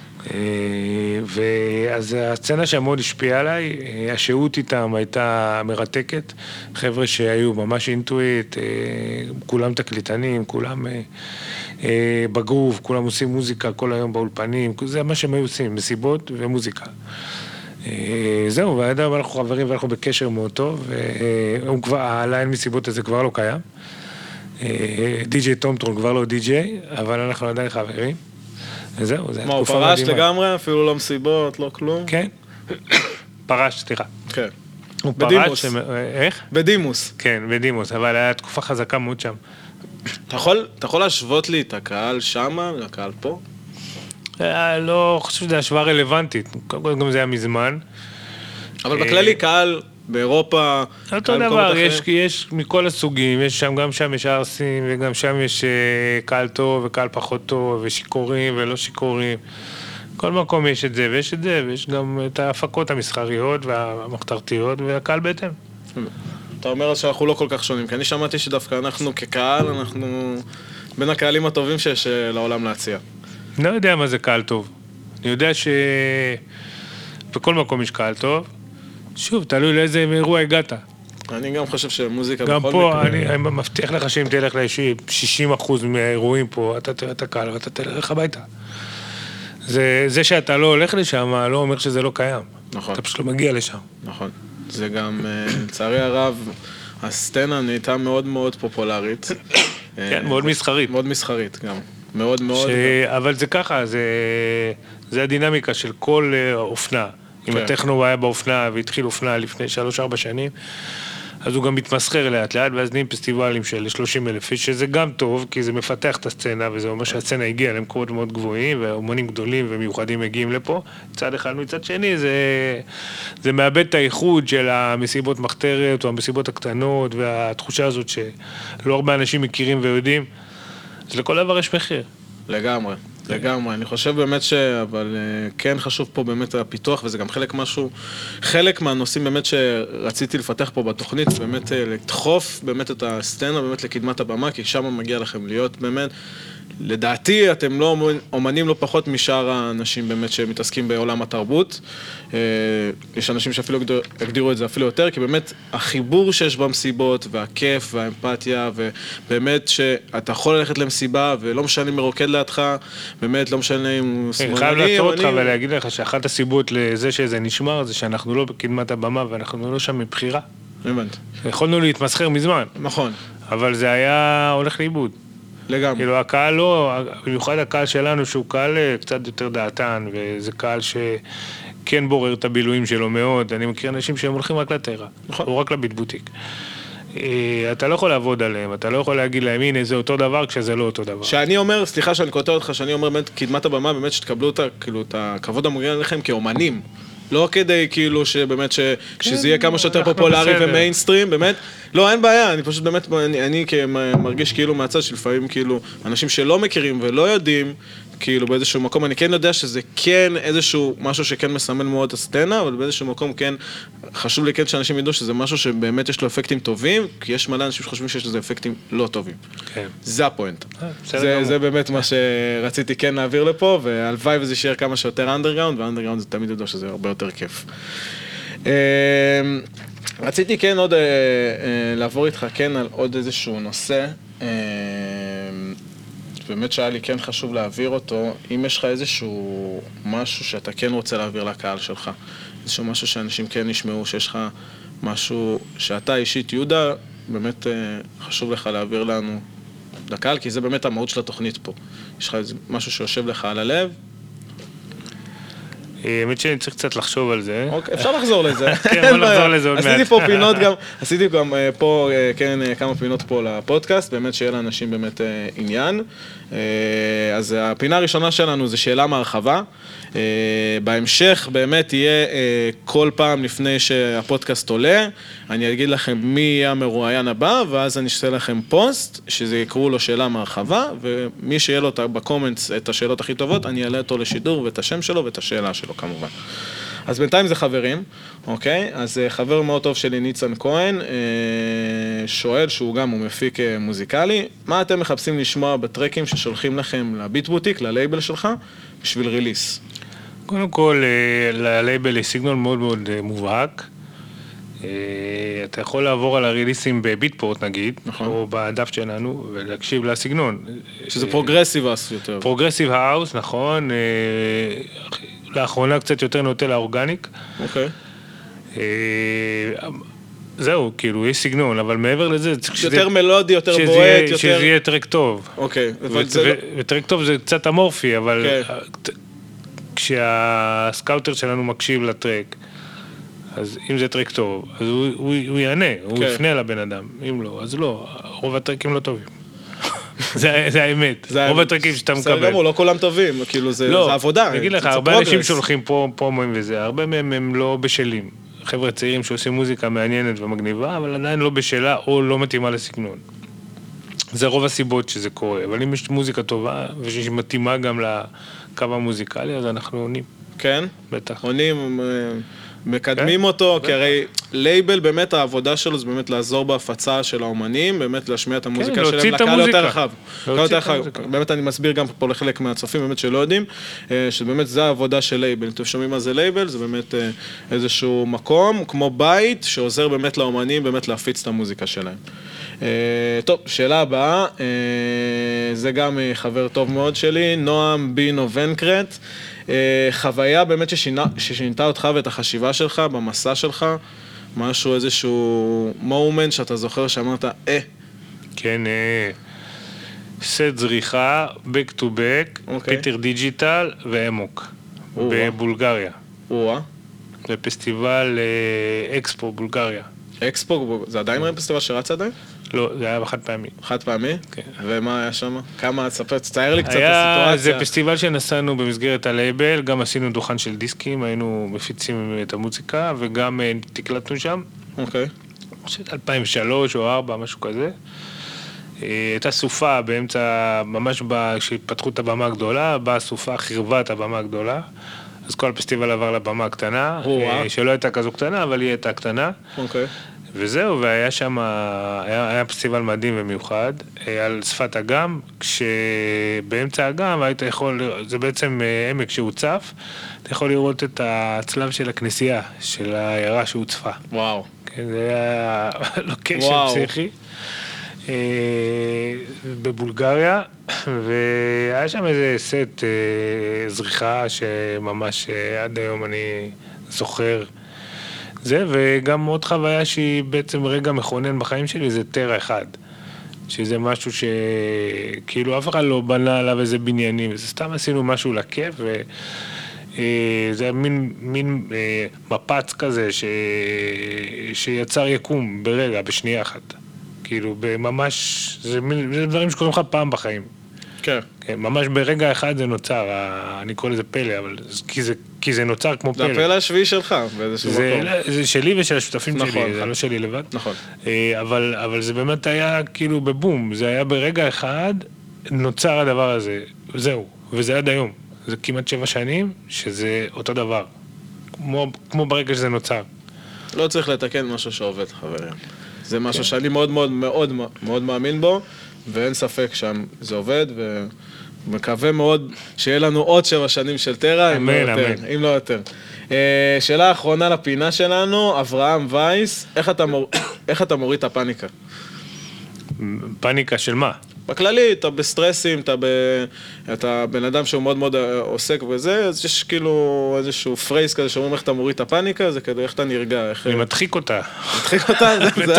Speaker 2: ואז הסצנה שמאוד השפיעה עליי, השהות איתם הייתה מרתקת, חבר'ה שהיו ממש אינטואיט, כולם תקליטנים, כולם בגרוב, כולם עושים מוזיקה כל היום באולפנים, זה מה שהם היו עושים, מסיבות ומוזיקה. זהו, ועד היום אנחנו חברים ואנחנו בקשר מאוד טוב, הליין מסיבות הזה כבר לא קיים, די.ג'יי טומטרון כבר לא די.ג'יי, אבל אנחנו עדיין חברים. וזהו, זה
Speaker 3: מה, הוא פרש לגמרי? אפילו לא מסיבות, לא כלום?
Speaker 2: כן. פרש, סליחה.
Speaker 3: כן.
Speaker 2: הוא פרש... איך?
Speaker 3: בדימוס.
Speaker 2: כן, בדימוס, אבל היה תקופה חזקה מאוד שם.
Speaker 3: אתה יכול להשוות לי את הקהל שמה, הקהל פה?
Speaker 2: לא חושב שזה השוואה רלוונטית. גם זה היה מזמן.
Speaker 3: אבל בכללי קהל... באירופה...
Speaker 2: אותו דבר, יש מכל הסוגים, גם שם יש ארסים, וגם שם יש קהל טוב וקהל פחות טוב, ושיקורים ולא שיקורים. כל מקום יש את זה, ויש גם את ההפקות המסחריות והמחתרתיות, והקהל בהתאם.
Speaker 3: אתה אומר שאנחנו לא כל כך שונים, כי אני שמעתי שדווקא אנחנו כקהל, אנחנו בין הקהלים הטובים שיש לעולם להציע.
Speaker 2: לא יודע מה זה קהל טוב. אני יודע שבכל מקום יש קהל טוב, שוב, תלוי לאיזה אירוע הגעת.
Speaker 3: אני גם חושב שמוזיקה
Speaker 2: גם
Speaker 3: בכל
Speaker 2: פה,
Speaker 3: מקרה...
Speaker 2: אני מבטיח לך שאם תלך לאישי 60% מהאירועים פה, אתה תראה את הקהל ואתה תלך הביתה. זה שאתה לא הולך לשם, לא אומר שזה לא קיים.
Speaker 3: נכון.
Speaker 2: אתה פשוט לא מגיע לשם.
Speaker 3: נכון. זה גם, לצערי הרב, הסצנה נהייתה מאוד מאוד פופולרית.
Speaker 2: כן, מאוד מסחרית.
Speaker 3: מאוד מסחרית גם. מאוד מאוד.
Speaker 2: אבל זה ככה, זה הדינמיקה של כל אופנה. אם הטכנו היה באופנה והתחיל אופנה לפני 3-4 שנים, אז הוא גם מתמסחר לאט לאט, ואז נהיים פסטיבלים של 30,000 איש, שזה גם טוב, כי זה מפתח את הסצנה, וזה אומר שהסצנה הגיעה למקומות מאוד גבוהים, והאומנים גדולים ומיוחדים מגיעים לפה. צד אחד מצד שני, זה מאבד את האיחוד של המסיבות מחתרת, או המסיבות הקטנות, והתחושה הזאת שלא הרבה אנשים מכירים ויודעים. אז לכל דבר יש מחיר.
Speaker 3: לגמרי. לגמרי, אני חושב באמת אבל כן חשוב פה באמת הפיתוח, וזה גם חלק מהנושאים באמת שרציתי לפתח פה בתוכנית, באמת לדחוף באמת את הסצנה, באמת לקדמת הבמה, כי שם מגיע לכם להיות באמת, לדעתי אתם לא אומנים לא פחות משאר האנשים באמת שמתעסקים בעולם התרבות, יש אנשים שאפילו הגדירו את זה אפילו יותר, כי באמת החיבור שיש במסיבות והכיף והאמפתיה, ובאמת שאתה יכול ללכת למסיבה ולא משנה מרוקד לידך, באמת לא משנה אם הוא שמאלני.
Speaker 2: אני חייב לעצור אותך ולהגיד לך שאחת הסיבות לזה שזה נשמר זה שאנחנו לא בקדמת הבמה ואנחנו לא שם מבחירה.
Speaker 3: הבנתי.
Speaker 2: יכולנו להתמסחר מזמן.
Speaker 3: נכון.
Speaker 2: אבל זה היה הולך לאיבוד.
Speaker 3: לגמרי.
Speaker 2: כאילו הקהל לא, במיוחד הקהל שלנו שהוא קהל קצת יותר דעתן, וזה קהל שכן בורר את הבילויים שלו מאוד. אני מכיר אנשים שהם הולכים רק לטרה, או רק לביטבוטיק. אתה לא יכול לעבוד עליהם, אתה לא יכול להגיד להם, הנה זה אותו דבר כשזה לא אותו דבר.
Speaker 3: שאני אומר, סליחה שאני קוטע אותך, שאני אומר באמת קדמת הבמה, באמת שתקבלו את הכבוד המוגן עליכם כאומנים. לא כדי כאילו שבאמת שזה יהיה כמה שיותר פופולרי ומיינסטרים, באמת. לא, אין בעיה, אני פשוט באמת, אני מרגיש כאילו מהצד שלפעמים כאילו אנשים שלא מכירים ולא יודעים, כאילו באיזשהו מקום, אני כן יודע שזה כן איזשהו משהו שכן מסמל מאוד את הסצנה, אבל באיזשהו מקום כן חשוב לי כן שאנשים ידעו שזה משהו שבאמת יש לו אפקטים טובים, כי יש מלא אנשים שחושבים שיש לזה אפקטים לא טובים.
Speaker 2: כן.
Speaker 3: זה הפוינט. זה באמת מה שרציתי כן להעביר לפה, והלוואי וזה יישאר כמה שיותר אנדרגראונד, ואנדרגראונד זה תמיד יודע שזה הרבה יותר כיף. רציתי כן עוד לעבור איתך כן על עוד איזשהו נושא, באמת שהיה לי כן חשוב להעביר אותו, אם יש לך איזשהו משהו שאתה כן רוצה להעביר לקהל שלך, איזשהו משהו שאנשים כן ישמעו, שיש לך משהו שאתה אישית, יהודה, באמת חשוב לך להעביר לנו לקהל, כי זה באמת המהות של התוכנית פה. יש לך משהו שיושב לך על הלב?
Speaker 2: האמת שאני צריך קצת לחשוב על זה.
Speaker 3: אוקיי, אפשר לחזור לזה.
Speaker 2: כן, בוא נחזור לזה עוד מעט.
Speaker 3: עשיתי פה פינות גם, עשיתי גם פה, כן, כמה פינות פה לפודקאסט, באמת שיהיה לאנשים באמת עניין. אז הפינה הראשונה שלנו זה שאלה מהרחבה. בהמשך באמת יהיה כל פעם לפני שהפודקאסט עולה, אני אגיד לכם מי יהיה המרואיין הבא, ואז אני אעשה לכם פוסט, שזה יקראו לו שאלה מהרחבה, ומי שיהיה לו בקומנטס את השאלות הכי טובות, אני אעלה אותו לשידור ואת השם שלו ואת השאלה שלו כמובן. אז בינתיים זה חברים, אוקיי? אז חבר מאוד טוב שלי, ניצן כהן, שואל שהוא גם, הוא מפיק מוזיקלי, מה אתם מחפשים לשמוע בטרקים ששולחים לכם לביטבוטיק, ללייבל שלך, בשביל ריליס?
Speaker 2: קודם כל, ללייבל יש סיגנול מאוד מאוד מובהק. אתה יכול לעבור על הריליסים בביטפורט נגיד, או בדף שלנו, ולהקשיב לסגנון.
Speaker 3: שזה פרוגרסיב האוס יותר.
Speaker 2: פרוגרסיב האוס, נכון. לאחרונה קצת יותר נוטה לאורגניק.
Speaker 3: אוקיי.
Speaker 2: זהו, כאילו, יש סגנון, אבל מעבר לזה...
Speaker 3: יותר מלודי, יותר בועט, יותר...
Speaker 2: שזה יהיה טרק טוב.
Speaker 3: אוקיי.
Speaker 2: וטרק טוב זה קצת אמורפי, אבל כשהסקאוטר שלנו מקשיב לטרק, אז אם זה טרק טוב, אז הוא יענה, הוא יפנה לבן אדם. אם לא, אז לא. רוב הטרקים לא טובים. זה האמת. רוב הטרקים שאתה מקבל.
Speaker 3: בסדר גמור, לא כולם טובים, כאילו זה עבודה.
Speaker 2: אני אגיד לך, הרבה אנשים שולחים פרומואים וזה, הרבה מהם הם לא בשלים. חבר'ה צעירים שעושים מוזיקה מעניינת ומגניבה, אבל עדיין לא בשלה או לא מתאימה לסגנון. זה רוב הסיבות שזה קורה, אבל אם יש מוזיקה טובה ושהיא מתאימה גם לקו המוזיקלי, אז אנחנו עונים.
Speaker 3: כן?
Speaker 2: בטח.
Speaker 3: עונים, מקדמים אותו, כי הרי לייבל, באמת העבודה שלו זה באמת לעזור בהפצה של האומנים, באמת להשמיע את המוזיקה
Speaker 2: להוציא
Speaker 3: שלהם
Speaker 2: את
Speaker 3: לקהל
Speaker 2: המוזיקה.
Speaker 3: יותר רחב.
Speaker 2: להוציא את המוזיקה.
Speaker 3: באמת אני מסביר גם פה לחלק מהצופים, באמת שלא יודעים, שבאמת זה העבודה של לייבל. אתם שומעים מה זה לייבל? זה באמת איזשהו מקום, כמו בית, שעוזר באמת לאומנים, באמת להפיץ את המוזיקה שלהם. טוב, שאלה הבאה, זה גם חבר טוב מאוד שלי, נועם בינו ונקרט. חוויה באמת ששינתה אותך ואת החשיבה שלך, במסע שלך, משהו, איזשהו מומנט שאתה זוכר שאמרת,
Speaker 2: כן, סט זריחה, back to back, פיטר דיג'יטל ואמוק, בבולגריה. בפסטיבל אקספו, בולגריה.
Speaker 3: אקספו, זה עדיין פסטיבל שרץ עדיין?
Speaker 2: לא, זה היה חד פעמי.
Speaker 3: חד פעמי?
Speaker 2: כן.
Speaker 3: ומה היה שם? כמה, תצייר לי קצת את הסיטואציה.
Speaker 2: זה פסטיבל שנסענו במסגרת הלייבל, גם עשינו דוכן של דיסקים, היינו מפיצים את המוזיקה, וגם תקלטנו שם.
Speaker 3: אוקיי.
Speaker 2: 2003 או 2004, משהו כזה. הייתה סופה באמצע, ממש כשפתחו את הבמה הגדולה, באה סופה, חירבה את הבמה הגדולה. אז כל הפסטיבל עבר לבמה הקטנה, שלא הייתה כזו קטנה, אבל היא הייתה קטנה.
Speaker 3: אוקיי.
Speaker 2: וזהו, והיה שם, היה פסטיבל מדהים ומיוחד, על שפת אגם, כשבאמצע אגם היית יכול, זה בעצם עמק שהוצף, אתה יכול לראות את הצלב של הכנסייה, של העיירה שהוצפה.
Speaker 3: וואו.
Speaker 2: כן, זה היה לוקיישן פסיכי. בבולגריה, והיה שם איזה סט זריחה שממש עד היום אני זוכר זה, וגם עוד חוויה שהיא בעצם רגע מכונן בחיים שלי, זה טרה אחד, שזה משהו שכאילו אף אחד לא בנה עליו איזה בניינים, זה סתם עשינו משהו לכיף, וזה היה מין מפץ כזה שיצר יקום ברגע, בשנייה אחת. כאילו, ממש, זה דברים שקוראים לך פעם בחיים.
Speaker 3: כן.
Speaker 2: ממש ברגע אחד זה נוצר, אני קורא לזה פלא, אבל כי זה נוצר כמו פלא.
Speaker 3: זה הפלא השביעי שלך, באיזשהו מקום.
Speaker 2: זה שלי ושל השותפים שלי, זה לא שלי לבד.
Speaker 3: נכון.
Speaker 2: אבל זה באמת היה כאילו בבום, זה היה ברגע אחד, נוצר הדבר הזה, זהו, וזה עד היום. זה כמעט 7 שנים, שזה אותו דבר. כמו ברגע שזה נוצר.
Speaker 3: לא צריך לתקן משהו שעובד, חברים. זה משהו שאני מאוד מאוד מאוד מאוד מאמין בו, ואין ספק שזה עובד, ומקווה מאוד שיהיה לנו עוד 7 שנים של טרה, אם לא יותר. שאלה האחרונה לפינה שלנו, אברהם וייס, איך אתה מוריד את הפאניקה?
Speaker 2: פאניקה של מה?
Speaker 3: בכללי, אתה בסטרסים, אתה בן אדם שהוא מאוד מאוד עוסק בזה, אז יש כאילו איזשהו פרייס כזה שאומרים איך אתה מוריד את הפאניקה, זה כדי איך אתה נרגע.
Speaker 2: אני מדחיק אותה.
Speaker 3: מדחיק אותה?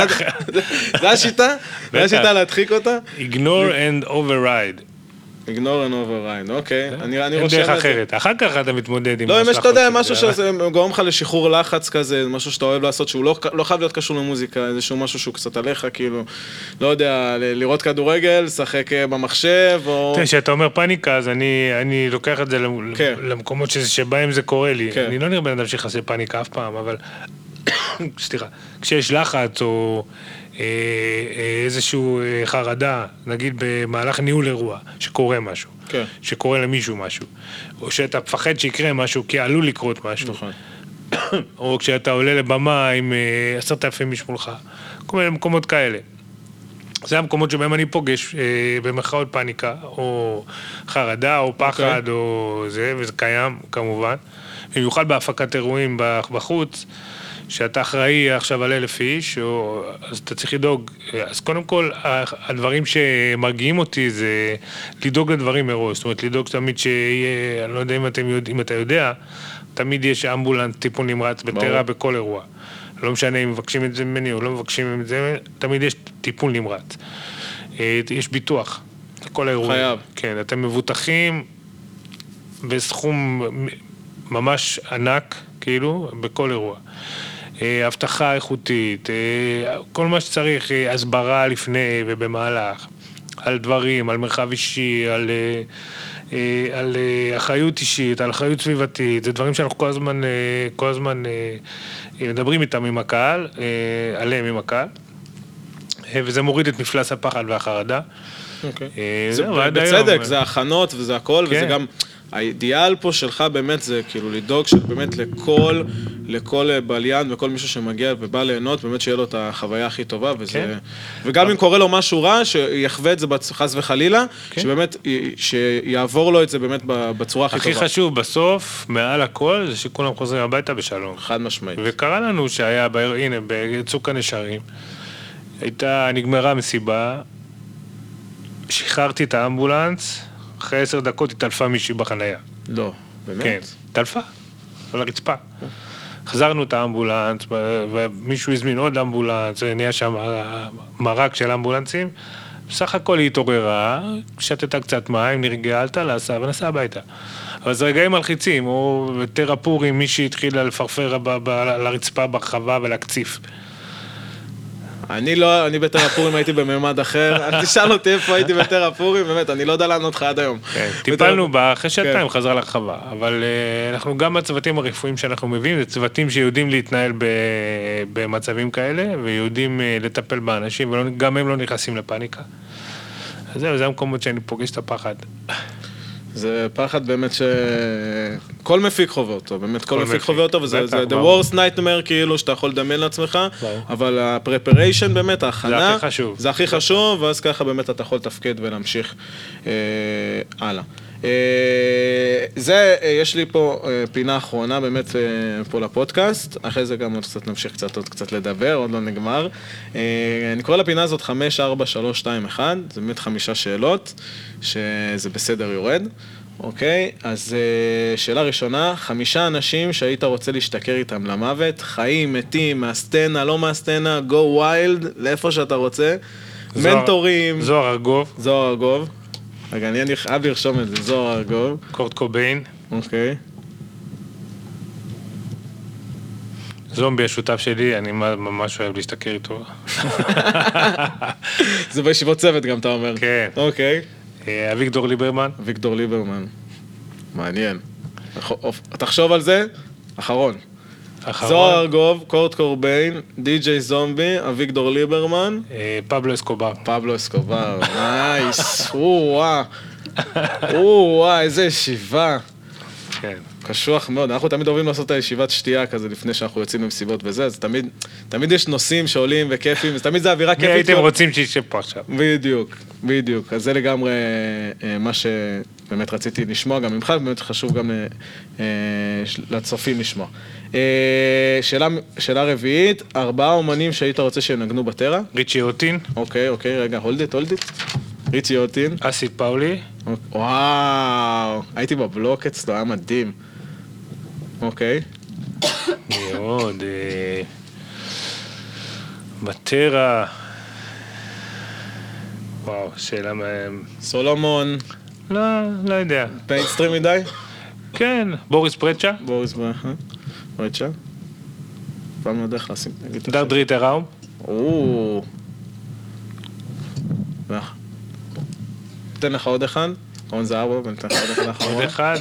Speaker 3: זה השיטה? זה השיטה להדחיק אותה?
Speaker 2: Ignore and override.
Speaker 3: Ignore and override, אוקיי. אני
Speaker 2: אין
Speaker 3: רושם
Speaker 2: דרך
Speaker 3: את זה.
Speaker 2: אחרת. אחר כך אתה מתמודד עם
Speaker 3: לא, אם יש, אתה יודע, משהו שגורם לך לשחרור לחץ כזה, משהו שאתה אוהב לעשות, שהוא לא חייב להיות קשור למוזיקה, איזשהו משהו שהוא קצת עליך, כאילו, לא יודע, לראות כדורגל, לשחק במחשב, או...
Speaker 2: כשאתה אומר פאניקה, אז אני לוקח את זה למקומות שבהם זה קורה לי. אני לא נראה בן אדם שיחסה פאניקה אף פעם, אבל... סליחה. כשיש לחץ, או... איזשהו חרדה, נגיד במהלך ניהול אירוע, שקורה משהו, שקורה למישהו משהו, או שאתה מפחד שיקרה משהו, כי עלול לקרות משהו, או כשאתה עולה לבמה עם 10,000 איש מולך, כל מיני מקומות כאלה. זה המקומות שבהם אני פוגש במרכאות פאניקה, או חרדה, או פחד, או זה, וזה קיים כמובן. במיוחד בהפקת אירועים בחוץ, שאתה אחראי עכשיו על 1,000 איש, אז אתה צריך לדאוג. אז קודם כל, הדברים שמרגיעים אותי זה לדאוג לדברים מראש. זאת אומרת, לדאוג תמיד שיהיה, אני לא יודע אם אתה יודע, תמיד יש אמבולנס, טיפול נמרץ בטרה בכל אירוע. לא משנה אם מבקשים את זה ממני או לא מבקשים את זה, תמיד יש טיפול נמרץ. יש ביטוח לכל האירועים.
Speaker 3: חייב.
Speaker 2: כן, אתם מבוטחים בסכום ממש ענק, כאילו, בכל אירוע. הבטחה איכותית, כל מה שצריך, הסברה לפני ובמהלך, על דברים, על מרחב אישי, על אחריות אישית, על אחריות סביבתית, זה דברים שאנחנו כל הזמן מדברים איתם עם הקהל, עליהם עם הקהל, וזה מוריד את מפלס הפחד והחרדה.
Speaker 3: זה בצדק, זה הכנות וזה הכל, וזה גם... האידיאל פה שלך באמת זה כאילו לדאוג שבאמת לכל בליין וכל מישהו שמגיע ובא ליהנות, באמת שיהיה לו את החוויה הכי טובה, וגם אם קורה לו משהו רע, שיחווה את זה חס וחלילה, שבאמת, שיעבור לו את זה באמת בצורה הכי טובה.
Speaker 2: הכי חשוב בסוף, מעל הכל, זה שכולם חוזרים הביתה בשלום.
Speaker 3: חד משמעית.
Speaker 2: וקרה לנו שהיה, הנה, בצוק הנשרים, נגמרה מסיבה, שחררתי את האמבולנס, אחרי 10 דקות התעלפה מישהי בחנייה.
Speaker 3: לא, באמת?
Speaker 2: כן, התעלפה, על הרצפה. חזרנו את האמבולנס, ומישהו הזמין עוד אמבולנס, נהיה שם מרק של אמבולנסים, בסך הכל היא התעוררה, שתתה קצת מים, נרגעה, עלתה להסעה ונסעה הביתה. אבל זה רגעים מלחיצים, או יותר הפורים, מישהי התחילה לפרפר לרצפה ברחבה ולהקציף.
Speaker 3: אני בתרפורים הייתי בממד אחר, אל תשאל אותי איפה הייתי בתרפורים, באמת, אני לא יודע לענות לך עד היום.
Speaker 2: טיפלנו בה, אחרי שעתיים חזרה לרחבה, אבל אנחנו גם בצוותים הרפואיים שאנחנו מביאים, זה צוותים שיודעים להתנהל במצבים כאלה, ויודעים לטפל באנשים, וגם הם לא נכנסים לפאניקה. אז זהו, זה המקומות שאני פוגש את הפחד.
Speaker 3: זה פחד באמת כל מפיק חווה אותו, באמת כל מפיק חווה אותו, וזה the worst nightmare כאילו שאתה יכול לדמיין לעצמך, אבל ה-preparation באמת, ההכנה, זה הכי חשוב, ואז ככה באמת אתה יכול לתפקד ולהמשיך הלאה. זה, יש לי פה פינה אחרונה באמת פה לפודקאסט, אחרי זה גם עוד קצת נמשיך עוד קצת לדבר, עוד לא נגמר. אני קורא לפינה הזאת 5, 4, 3, 2, 1, זה באמת 5 שאלות, שזה בסדר יורד. אוקיי, אז שאלה ראשונה, 5 אנשים שהיית רוצה להשתכר איתם למוות, חיים, מתים, מהסטנה, לא מהסטנה, go wild, לאיפה שאתה רוצה, מנטורים.
Speaker 2: זוהר ארגוב.
Speaker 3: זוהר ארגוב. רגע, אני חייב לרשום את זה, זוהר ארגוב.
Speaker 2: קורט קוביין.
Speaker 3: אוקיי.
Speaker 2: זומבי השותף שלי, אני ממש אוהב להשתכר איתו.
Speaker 3: זה בישיבות צוות גם, אתה אומר.
Speaker 2: כן.
Speaker 3: אוקיי.
Speaker 2: אביגדור ליברמן.
Speaker 3: אביגדור ליברמן. מעניין. תחשוב על זה, אחרון. זוהר ארגוב, קורט קוביין, די.ג'יי זומבי, אביגדור ליברמן.
Speaker 2: פבלו אסקובר.
Speaker 3: פבלו אסקובר, נייס. וואו, איזה ישיבה.
Speaker 2: כן.
Speaker 3: קשוח מאוד, אנחנו תמיד אוהבים לעשות את הישיבת שתייה כזה לפני שאנחנו יוצאים למסיבות וזה, אז תמיד יש נושאים שעולים וכיפים, אז תמיד זה אווירה כיפית.
Speaker 2: מי הייתם רוצים שישב פה עכשיו?
Speaker 3: בדיוק, אז זה לגמרי מה שבאמת רציתי לשמוע, גם ממך באמת חשוב גם לצופים לשמוע. שאלה רביעית, 4 אומנים שהיית רוצה שינגנו בטרה?
Speaker 2: ריצ'י אוטין.
Speaker 3: אוקיי, רגע, הולדית. ריצ'י אוטין.
Speaker 2: אסיד פאולי.
Speaker 3: וואו, הייתי בבלוק אצלו, היה מדהים. אוקיי.
Speaker 2: מאוד. בטרה. וואו, שאלה מהם.
Speaker 3: סולומון.
Speaker 2: לא יודע.
Speaker 3: פיינסטרים מדי?
Speaker 2: כן, בוריס פרצ'ה.
Speaker 3: פרצ'ה. פעם לא יודע איך לשים.
Speaker 2: דרדריט הראום.
Speaker 3: תן לך עוד אחד, קוראים זה 4, ונתן לך עוד אחד אחרון.
Speaker 2: עוד אחד,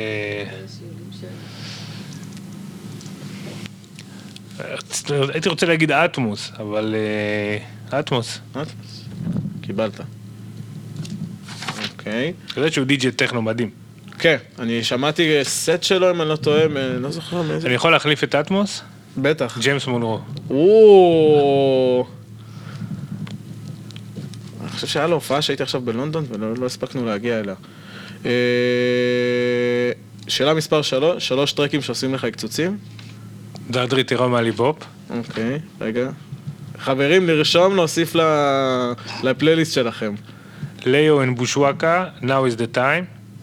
Speaker 2: הייתי רוצה להגיד אטמוס, אבל אטמוס.
Speaker 3: קיבלת. אוקיי.
Speaker 2: אתה יודע שהוא די.ג'יי טכנו מדהים.
Speaker 3: כן, אני שמעתי סט שלו, אם אני לא טועה, לא זוכר מאיזה.
Speaker 2: אני יכול להחליף את אטמוס?
Speaker 3: בטח.
Speaker 2: ג'יימס מונרו.
Speaker 3: אני חושב שהיה לו הופעה שהייתי עכשיו בלונדון ולא הספקנו להגיע אליה. שאלה מספר 3 טרקים שעושים לך קצוצים.
Speaker 2: דרדריט הראום מהליבופ.
Speaker 3: אוקיי, רגע. חברים, לרשום, להוסיף לפלייליסט שלכם.
Speaker 2: ליאו אין בושואקה, Now is the time.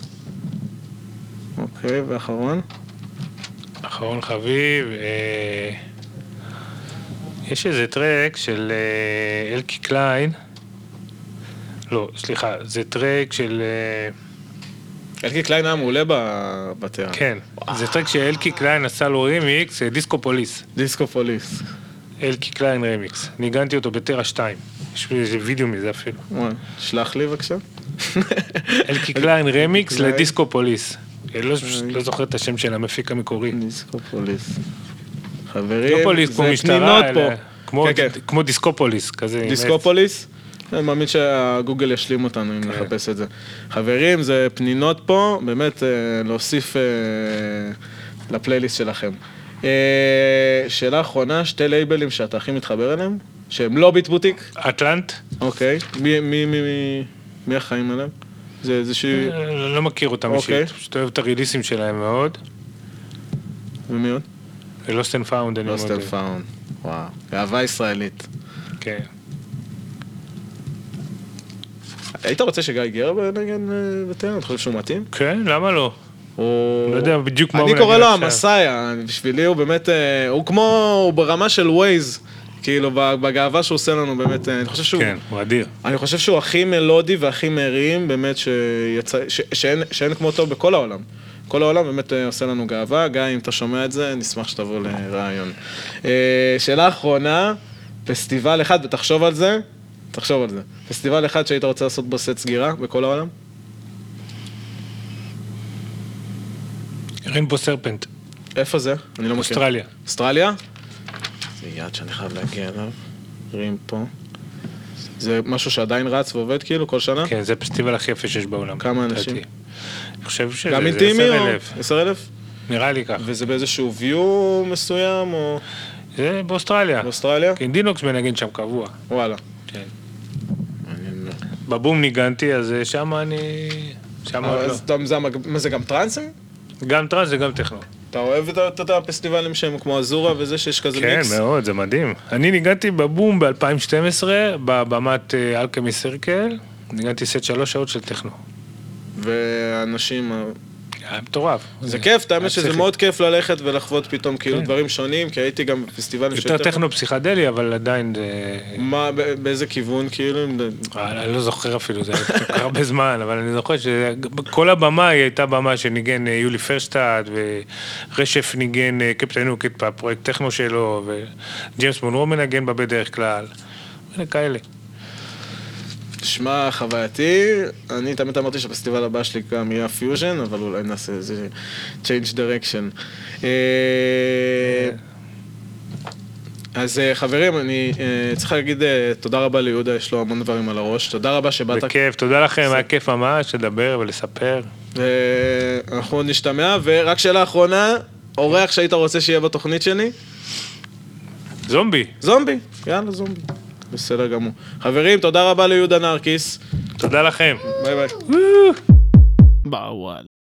Speaker 3: אוקיי, ואחרון?
Speaker 2: אחרון חביב. יש איזה טרק של אלקי קליין. לא, סליחה, זה טרק של...
Speaker 3: אלקי קליין היה מעולה בטרה.
Speaker 2: כן, זה טרק שאלקי קליין עשה לו רימיקס, דיסקו פוליס.
Speaker 3: דיסקו פוליס.
Speaker 2: אלקי קליין רימיקס. ניגנתי אותו בטרה 2. יש לי איזה וידאו מזה אפילו.
Speaker 3: שלח לי בבקשה.
Speaker 2: אלקי קליין רימיקס לדיסקו פוליס. לא זוכר את השם של המפיק המקורי.
Speaker 3: דיסקו פוליס. חברים,
Speaker 2: לא פוליס כמו משטרה, אלא כמו
Speaker 3: דיסקופוליס.
Speaker 2: דיסקו פוליס, כזה.
Speaker 3: דיסקופוליס? אני מאמין שהגוגל ישלים אותנו אם נחפש את זה. חברים, זה פנינות פה, באמת להוסיף לפלייליסט שלכם. שאלה אחרונה, 2 לייבלים שאתה הכי מתחבר אליהם, שהם לא ביט בוטיק.
Speaker 2: אטלנט?
Speaker 3: אוקיי, מי החיים עליהם? זה איזושהי...
Speaker 2: לא מכיר אותם אישית, פשוט אוהב את הריליסים שלהם מאוד.
Speaker 3: ומי עוד?
Speaker 2: לוסט אנד פאונד, אני
Speaker 3: לוסט אנד פאונד, וואו, אהבה ישראלית.
Speaker 2: כן.
Speaker 3: היית רוצה שגיא גר בנגן בטרם? אתה חושב שהוא מתאים?
Speaker 2: כן, למה לא? לא יודע בדיוק מה...
Speaker 3: אני קורא לו המסאיה, בשבילי הוא באמת, הוא כמו, הוא ברמה של ווייז, כאילו בגאווה שהוא עושה לנו באמת, אני חושב שהוא...
Speaker 2: כן, הוא אדיר.
Speaker 3: אני חושב שהוא הכי מלודי והכי מרים, באמת שאין כמותו בכל העולם. כל העולם באמת עושה לנו גאווה, גיא, אם אתה שומע את זה, נשמח שתבוא לרעיון. שאלה אחרונה, פסטיבל אחד, ותחשוב על זה, פסטיבל אחד שהיית רוצה לעשות בו סט סגירה בכל העולם?
Speaker 2: ריינבו סרפנט.
Speaker 3: איפה זה? אני לא מכיר.
Speaker 2: אוסטרליה.
Speaker 3: אוסטרליה? זה יעד שאני חייב להגיע אליו. רים פה. זה משהו שעדיין רץ ועובד כאילו כל שנה?
Speaker 2: כן, זה הפסטיבל הכי יפה שיש בעולם.
Speaker 3: כמה אנשים?
Speaker 2: אני חושב שזה
Speaker 3: גם אינטימי או?
Speaker 2: 10,000.
Speaker 3: 10,000?
Speaker 2: נראה לי כך.
Speaker 3: וזה באיזשהו view מסוים או?
Speaker 2: זה באוסטרליה.
Speaker 3: באוסטרליה?
Speaker 2: כן, דינוקס מנגן שם קבוע.
Speaker 3: וואלה.
Speaker 2: כן. בבום ניגנתי, אז שם אני...
Speaker 3: מה זה גם טרנסים?
Speaker 2: גם טרנס וגם טכנו.
Speaker 3: אתה אוהב את הפסטיבלים שהם כמו אזורה וזה שיש כזה מיקס?
Speaker 2: כן, מאוד, זה מדהים. אני ניגנתי בבום ב-2012, בבמת אלכמי סרקל, ניגנתי סט 3 שעות של טכנו.
Speaker 3: ואנשים...
Speaker 2: היה מטורף.
Speaker 3: זה כיף, האמת שזה מאוד כיף ללכת ולחוות פתאום כאילו דברים שונים, כי הייתי גם בפסטיבלים
Speaker 2: יותר טכנו פסיכדלי, אבל עדיין...
Speaker 3: מה, באיזה כיוון כאילו?
Speaker 2: אני לא זוכר אפילו, זה היה כל כך הרבה זמן, אבל אני זוכר שכל הבמה היא הייתה במה שניגן יולי פרשטאט, ורשף ניגן קפטן הוקט בפרויקט טכנו שלו, וג'יימס מונרו מנגן בה בדרך כלל, וכאלה.
Speaker 3: תשמע, חווייתי, אני תמיד אמרתי שהפסטיבל הבא שלי גם יהיה פיוז'ן, אבל אולי נעשה איזה change direction. אז חברים, אני צריך להגיד תודה רבה ליהודה, יש לו המון דברים על הראש, תודה רבה שבאת.
Speaker 2: בכיף, תודה לכם, היה כיף ממש לדבר ולספר.
Speaker 3: אנחנו עוד נשתמע, ורק שאלה אחרונה, אורח שהיית רוצה שיהיה בתוכנית שלי?
Speaker 2: זומבי.
Speaker 3: זומבי, יאללה זומבי. בסדר גמור. חברים, תודה רבה ליהודה נרקיס.
Speaker 2: תודה לכם.
Speaker 3: ביי ביי.
Speaker 4: בוואל.